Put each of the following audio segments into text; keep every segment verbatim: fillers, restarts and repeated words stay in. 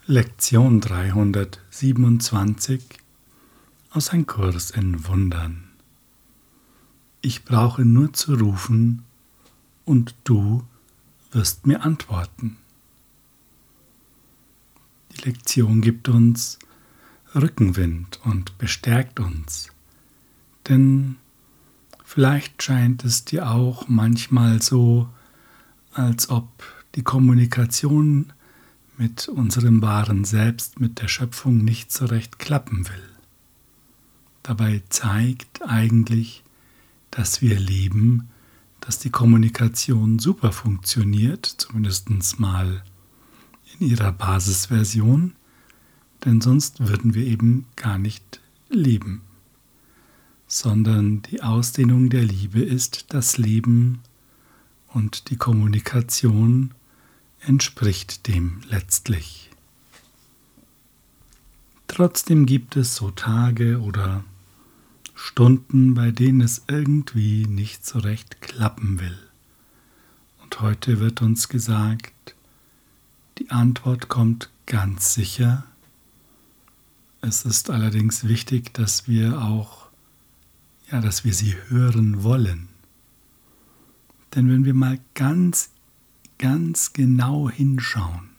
Lektion dreihundertsiebenundzwanzig aus Ein Kurs in Wundern. Ich brauche nur zu rufen und du wirst mir antworten. Die Lektion gibt uns Rückenwind und bestärkt uns, denn vielleicht scheint es dir auch manchmal so, als ob die Kommunikation mit unserem wahren Selbst, mit der Schöpfung nicht so recht klappen will. Dabei zeigt eigentlich, dass wir leben, dass die Kommunikation super funktioniert, zumindest mal in ihrer Basisversion, denn sonst würden wir eben gar nicht leben, sondern die Ausdehnung der Liebe ist das Leben und die Kommunikation entspricht dem letztlich. Trotzdem gibt es so Tage oder Stunden, bei denen es irgendwie nicht so recht klappen will. Und heute wird uns gesagt, die Antwort kommt ganz sicher. Es ist allerdings wichtig, dass wir auch, ja, dass wir sie hören wollen. Denn wenn wir mal ganz ganz genau hinschauen,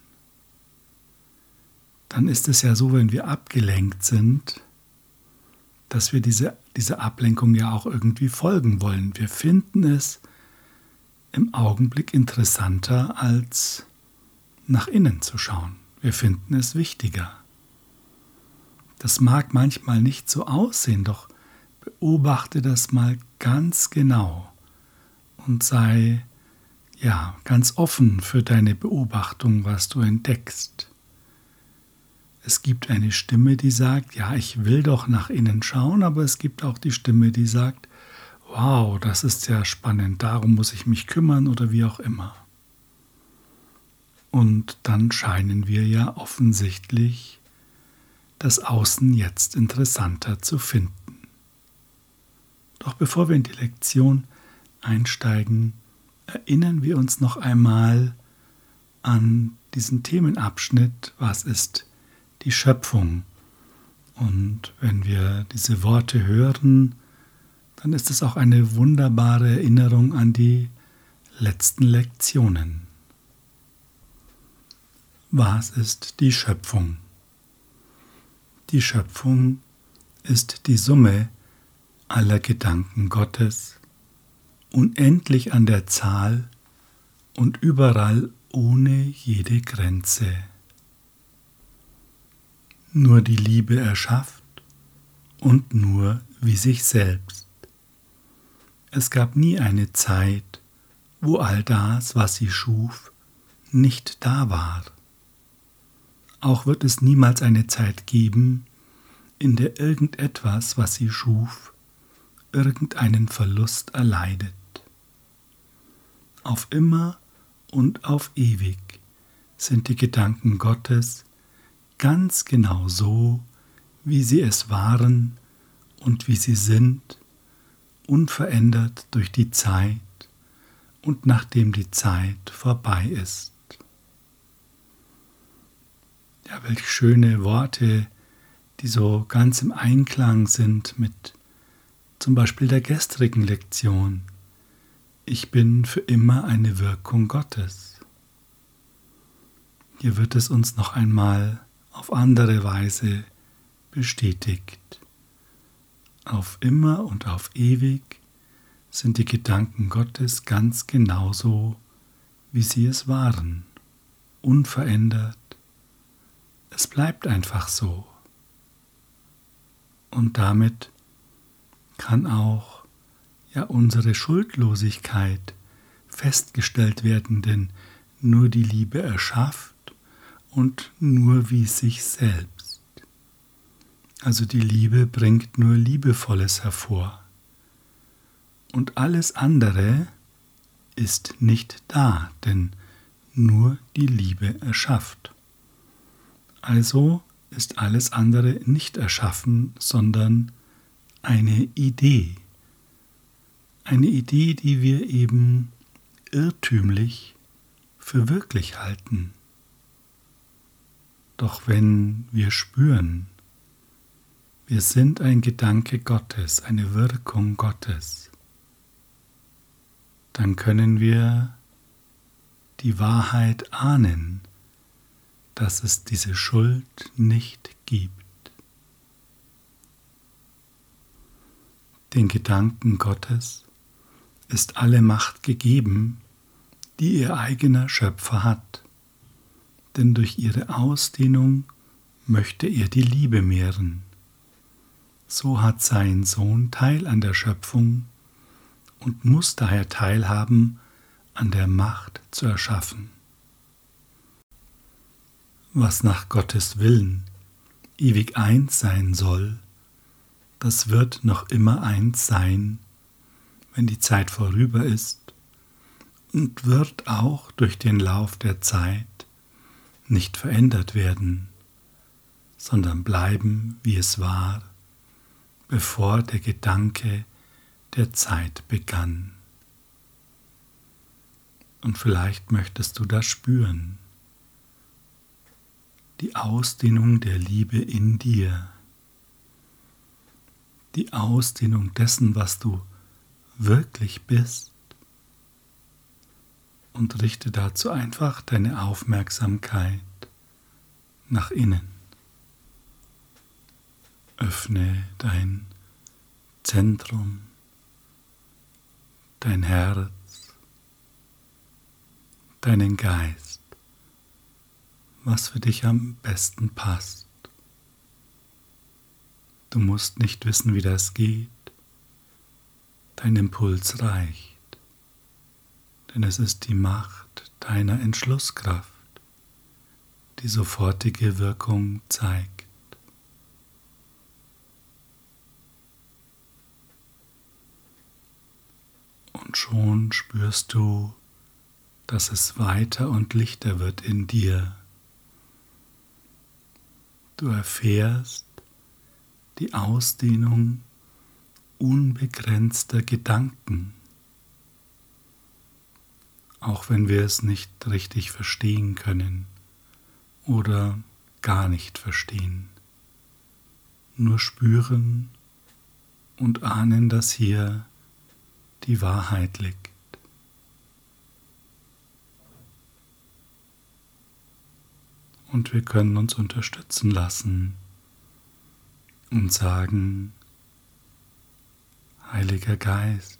dann ist es ja so, wenn wir abgelenkt sind, dass wir diese, diese Ablenkung ja auch irgendwie folgen wollen. Wir finden es im Augenblick interessanter, als nach innen zu schauen. Wir finden es wichtiger. Das mag manchmal nicht so aussehen, doch beobachte das mal ganz genau und sei Ja, ganz offen für deine Beobachtung, was du entdeckst. Es gibt eine Stimme, die sagt, ja, ich will doch nach innen schauen, aber es gibt auch die Stimme, die sagt, wow, das ist ja spannend, darum muss ich mich kümmern oder wie auch immer. Und dann scheinen wir ja offensichtlich das Außen jetzt interessanter zu finden. Doch bevor wir in die Lektion einsteigen, erinnern wir uns noch einmal an diesen Themenabschnitt, was ist die Schöpfung? Und wenn wir diese Worte hören, dann ist es auch eine wunderbare Erinnerung an die letzten Lektionen. Was ist die Schöpfung? Die Schöpfung ist die Summe aller Gedanken Gottes, unendlich an der Zahl und überall ohne jede Grenze. Nur die Liebe erschafft und nur wie sich selbst. Es gab nie eine Zeit, wo all das, was sie schuf, nicht da war. Auch wird es niemals eine Zeit geben, in der irgendetwas, was sie schuf, irgendeinen Verlust erleidet. Auf immer und auf ewig sind die Gedanken Gottes ganz genau so, wie sie es waren und wie sie sind, unverändert durch die Zeit und nachdem die Zeit vorbei ist. Ja, welch schöne Worte, die so ganz im Einklang sind mit zum Beispiel der gestrigen Lektion. Ich bin für immer eine Wirkung Gottes. Hier wird es uns noch einmal auf andere Weise bestätigt. Auf immer und auf ewig sind die Gedanken Gottes ganz genauso, wie sie es waren, unverändert. Es bleibt einfach so. Und damit kann auch ja unsere Schuldlosigkeit festgestellt werden, denn nur die Liebe erschafft und nur wie sich selbst. Also die Liebe bringt nur Liebevolles hervor. Und alles andere ist nicht da, denn nur die Liebe erschafft. Also ist alles andere nicht erschaffen, sondern eine Idee. Eine Idee, die wir eben irrtümlich für wirklich halten. Doch wenn wir spüren, wir sind ein Gedanke Gottes, eine Wirkung Gottes, dann können wir die Wahrheit ahnen, dass es diese Schuld nicht gibt. Den Gedanken Gottes ist alle Macht gegeben, die ihr eigener Schöpfer hat, denn durch ihre Ausdehnung möchte er die Liebe mehren. So hat sein Sohn Teil an der Schöpfung und muss daher teilhaben an der Macht zu erschaffen. Was nach Gottes Willen ewig eins sein soll, das wird noch immer eins sein, wenn die Zeit vorüber ist, und wird auch durch den Lauf der Zeit nicht verändert werden, sondern bleiben, wie es war, bevor der Gedanke der Zeit begann. Und vielleicht möchtest du das spüren, die Ausdehnung der Liebe in dir, die Ausdehnung dessen, was du wirklich bist, und richte dazu einfach deine Aufmerksamkeit nach innen. Öffne dein Zentrum, dein Herz, deinen Geist, was für dich am besten passt. Du musst nicht wissen, wie das geht. Dein Impuls reicht, denn es ist die Macht deiner Entschlusskraft, die sofortige Wirkung zeigt. Und schon spürst du, dass es weiter und lichter wird in dir. Du erfährst die Ausdehnung unbegrenzter Gedanken, auch wenn wir es nicht richtig verstehen können oder gar nicht verstehen. Nur spüren und ahnen, dass hier die Wahrheit liegt. Und wir können uns unterstützen lassen und sagen: Heiliger Geist,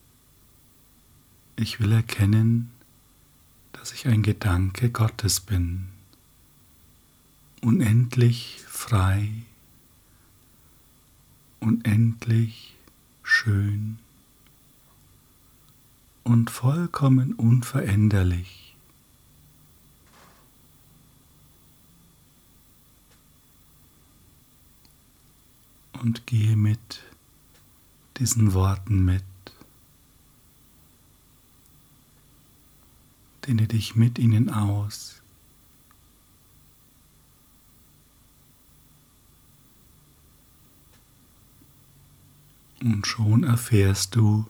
ich will erkennen, dass ich ein Gedanke Gottes bin, unendlich frei, unendlich schön und vollkommen unveränderlich. Und gehe mit diesen Worten mit, dehne dich mit ihnen aus. Und schon erfährst du,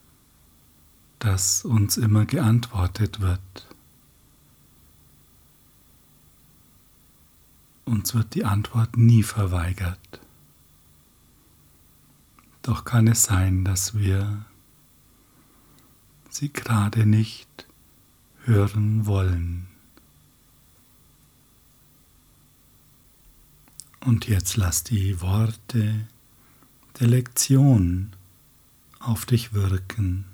dass uns immer geantwortet wird. Uns wird die Antwort nie verweigert. Doch kann es sein, dass wir sie gerade nicht hören wollen. Und jetzt lass die Worte der Lektion auf dich wirken.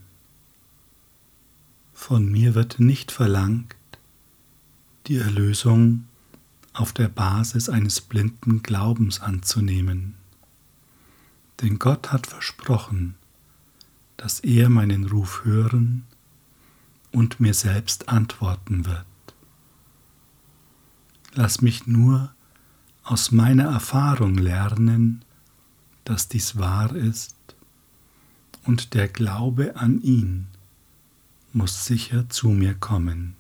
Von mir wird nicht verlangt, die Erlösung auf der Basis eines blinden Glaubens anzunehmen. Denn Gott hat versprochen, dass er meinen Ruf hören und mir selbst antworten wird. Lass mich nur aus meiner Erfahrung lernen, dass dies wahr ist, und der Glaube an ihn muss sicher zu mir kommen.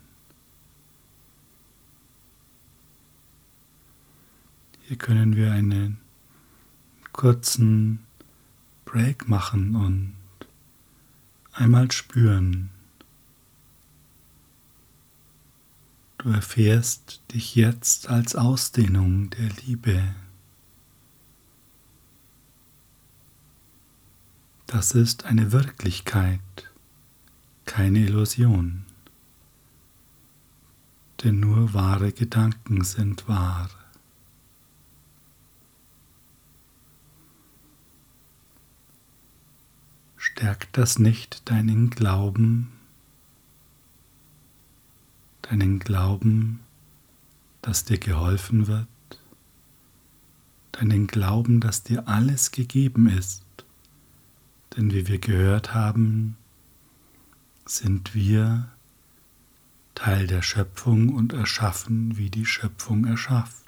Hier können wir einen kurzen Break machen und einmal spüren, Du erfährst dich jetzt als Ausdehnung der Liebe. Das ist eine Wirklichkeit, keine Illusion, denn nur wahre Gedanken sind wahr. Stärkt das nicht deinen Glauben, deinen Glauben, dass dir geholfen wird, deinen Glauben, dass dir alles gegeben ist? Denn wie wir gehört haben, sind wir Teil der Schöpfung und erschaffen, wie die Schöpfung erschafft.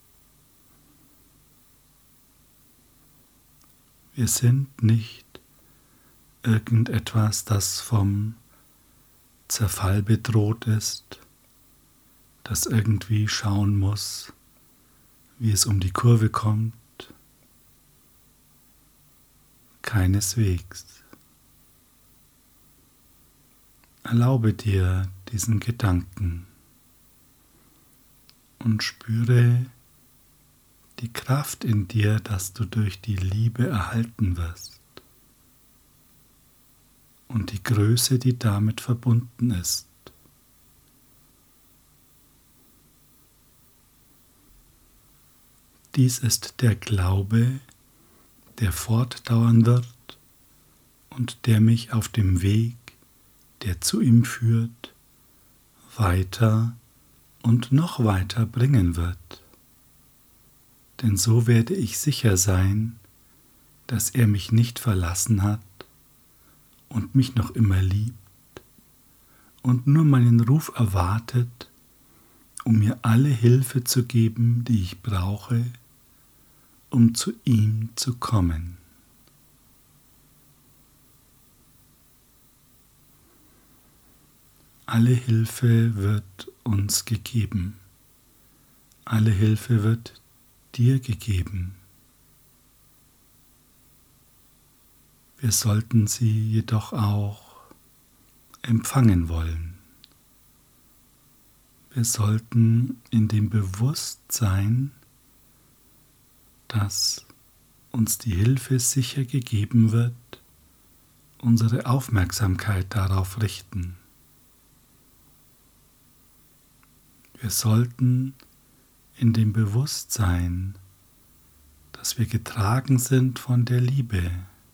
Wir sind nicht irgendetwas, das vom Zerfall bedroht ist, das irgendwie schauen muss, wie es um die Kurve kommt. Keineswegs. Erlaube dir diesen Gedanken und spüre die Kraft in dir, dass du durch die Liebe erhalten wirst und die Größe, die damit verbunden ist. Dies ist der Glaube, der fortdauern wird und der mich auf dem Weg, der zu ihm führt, weiter und noch weiter bringen wird. Denn so werde ich sicher sein, dass er mich nicht verlassen hat und mich noch immer liebt und nur meinen Ruf erwartet, um mir alle Hilfe zu geben, die ich brauche, um zu ihm zu kommen. Alle Hilfe wird uns gegeben. Alle Hilfe wird dir gegeben. Wir sollten sie jedoch auch empfangen wollen. Wir sollten in dem Bewusstsein, dass uns die Hilfe sicher gegeben wird, unsere Aufmerksamkeit darauf richten. Wir sollten in dem Bewusstsein, dass wir getragen sind von der Liebe,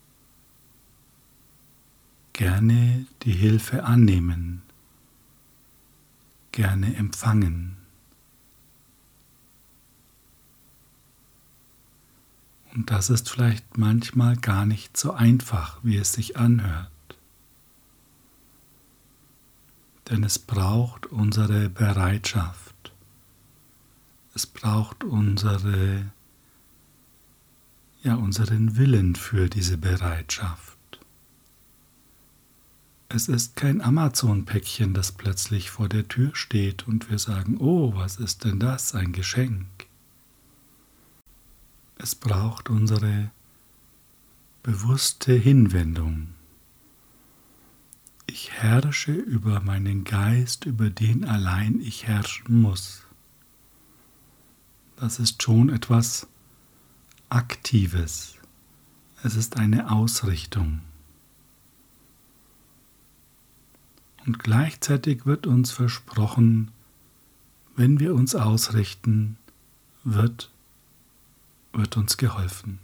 gerne die Hilfe annehmen, gerne empfangen. Und das ist vielleicht manchmal gar nicht so einfach, wie es sich anhört. Denn es braucht unsere Bereitschaft. Es braucht unsere, ja, unseren Willen für diese Bereitschaft. Es ist kein Amazon-Päckchen, das plötzlich vor der Tür steht und wir sagen, oh, was ist denn das, ein Geschenk? Es braucht unsere bewusste Hinwendung. Ich herrsche über meinen Geist, über den allein ich herrschen muss. Das ist schon etwas Aktives. Es ist eine Ausrichtung. Und gleichzeitig wird uns versprochen, wenn wir uns ausrichten, wird wird uns geholfen.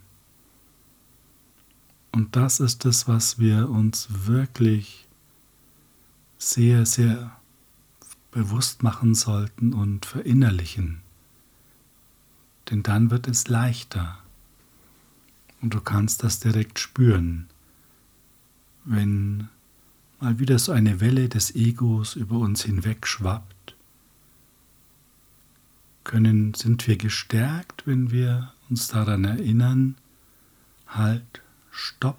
Und das ist es, was wir uns wirklich sehr, sehr bewusst machen sollten und verinnerlichen. Denn dann wird es leichter. Und du kannst das direkt spüren, wenn mal wieder so eine Welle des Egos über uns hinweg schwappt. Können, sind wir gestärkt, wenn wir uns daran erinnern, halt, stopp.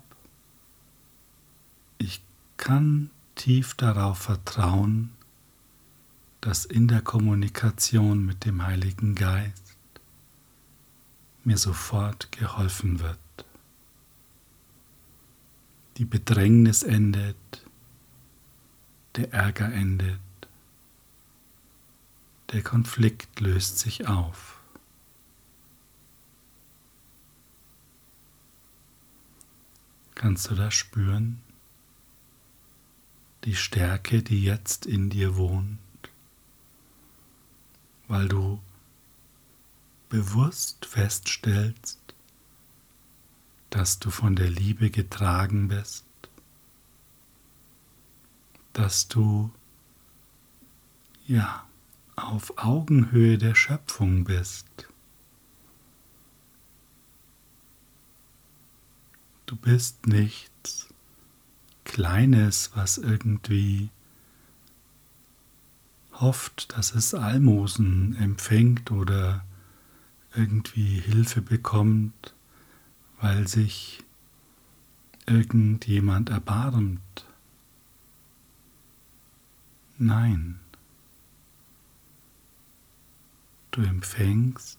Ich kann tief darauf vertrauen, dass in der Kommunikation mit dem Heiligen Geist mir sofort geholfen wird. Die Bedrängnis endet, der Ärger endet. Der Konflikt löst sich auf. Kannst du das spüren? Die Stärke, die jetzt in dir wohnt, weil du bewusst feststellst, dass du von der Liebe getragen bist, dass du ja auf Augenhöhe der Schöpfung bist. Du bist nichts Kleines, was irgendwie hofft, dass es Almosen empfängt oder irgendwie Hilfe bekommt, weil sich irgendjemand erbarmt. Nein, du empfängst,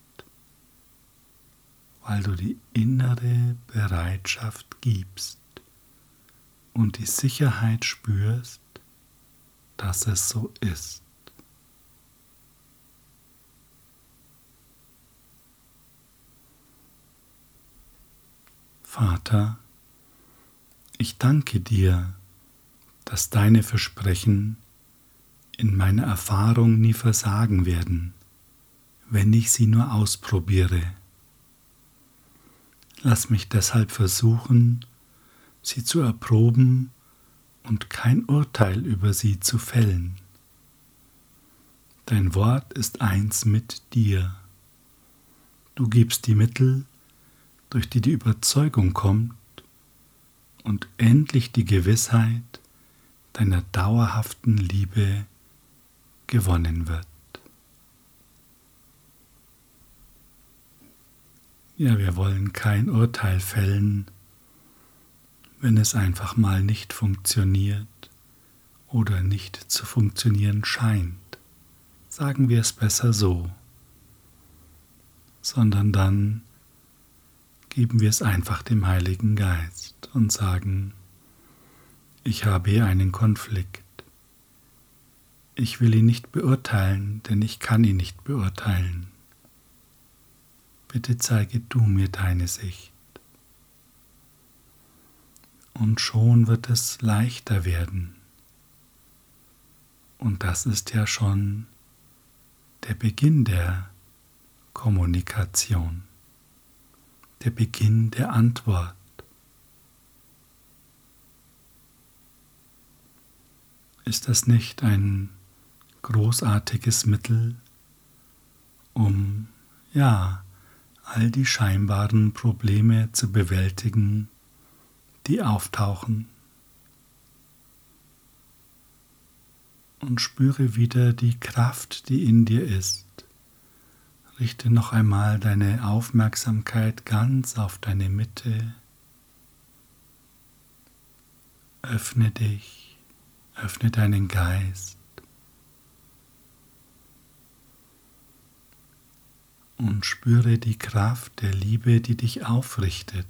weil du die innere Bereitschaft gibst und die Sicherheit spürst, dass es so ist. Vater, ich danke dir, dass deine Versprechen in meiner Erfahrung nie versagen werden, wenn ich sie nur ausprobiere. Lass mich deshalb versuchen, sie zu erproben und kein Urteil über sie zu fällen. Dein Wort ist eins mit dir. Du gibst die Mittel, durch die die Überzeugung kommt und endlich die Gewissheit deiner dauerhaften Liebe gewonnen wird. Ja, wir wollen kein Urteil fällen, wenn es einfach mal nicht funktioniert oder nicht zu funktionieren scheint. Sagen wir es besser so, sondern dann geben wir es einfach dem Heiligen Geist und sagen, ich habe hier einen Konflikt. Ich will ihn nicht beurteilen, denn ich kann ihn nicht beurteilen. Bitte zeige du mir deine Sicht. Und schon wird es leichter werden. Und das ist ja schon der Beginn der Kommunikation, der Beginn der Antwort. Ist das nicht ein großartiges Mittel, um, ja, all die scheinbaren Probleme zu bewältigen, die auftauchen? Und spüre wieder die Kraft, die in dir ist. Richte noch einmal deine Aufmerksamkeit ganz auf deine Mitte. Öffne dich, öffne deinen Geist. Und spüre die Kraft der Liebe, die dich aufrichtet.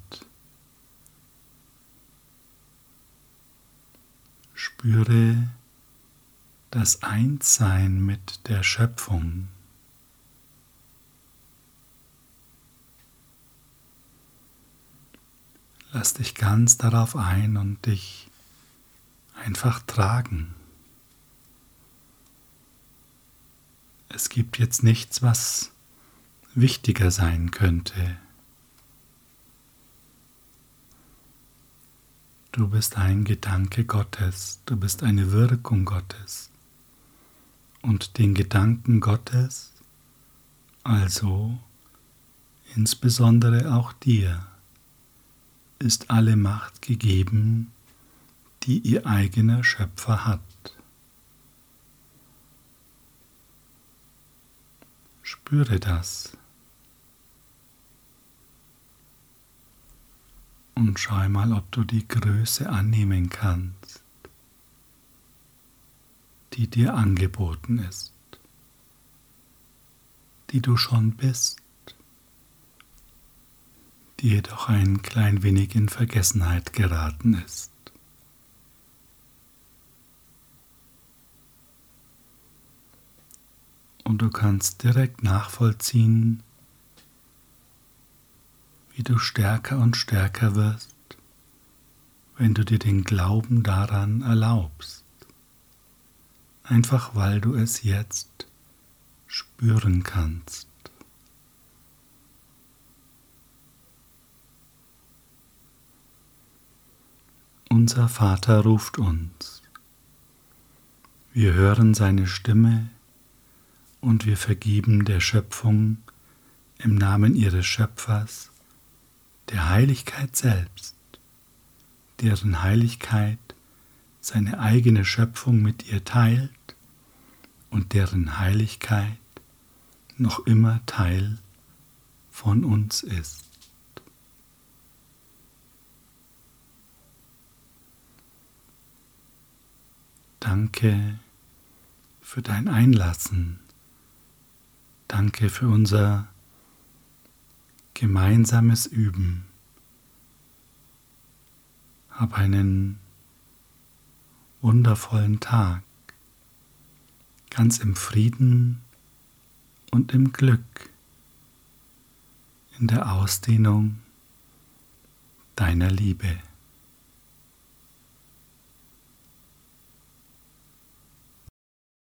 Spüre das Einssein mit der Schöpfung. Lass dich ganz darauf ein und dich einfach tragen. Es gibt jetzt nichts, was wichtiger sein könnte. Du bist ein Gedanke Gottes, du bist eine Wirkung Gottes. Und den Gedanken Gottes, also insbesondere auch dir, ist alle Macht gegeben, die ihr eigener Schöpfer hat. Spüre das. Und schau mal, ob du die Größe annehmen kannst, die dir angeboten ist, die du schon bist, die jedoch ein klein wenig in Vergessenheit geraten ist. Und du kannst direkt nachvollziehen, wie du stärker und stärker wirst, wenn du dir den Glauben daran erlaubst, einfach weil du es jetzt spüren kannst. Unser Vater ruft uns. Wir hören seine Stimme und wir vergeben der Schöpfung im Namen ihres Schöpfers, der Heiligkeit selbst, deren Heiligkeit seine eigene Schöpfung mit ihr teilt und deren Heiligkeit noch immer Teil von uns ist. Danke für dein Einlassen. Danke für unser gemeinsames Üben. Hab einen wundervollen Tag, ganz im Frieden und im Glück, in der Ausdehnung deiner Liebe.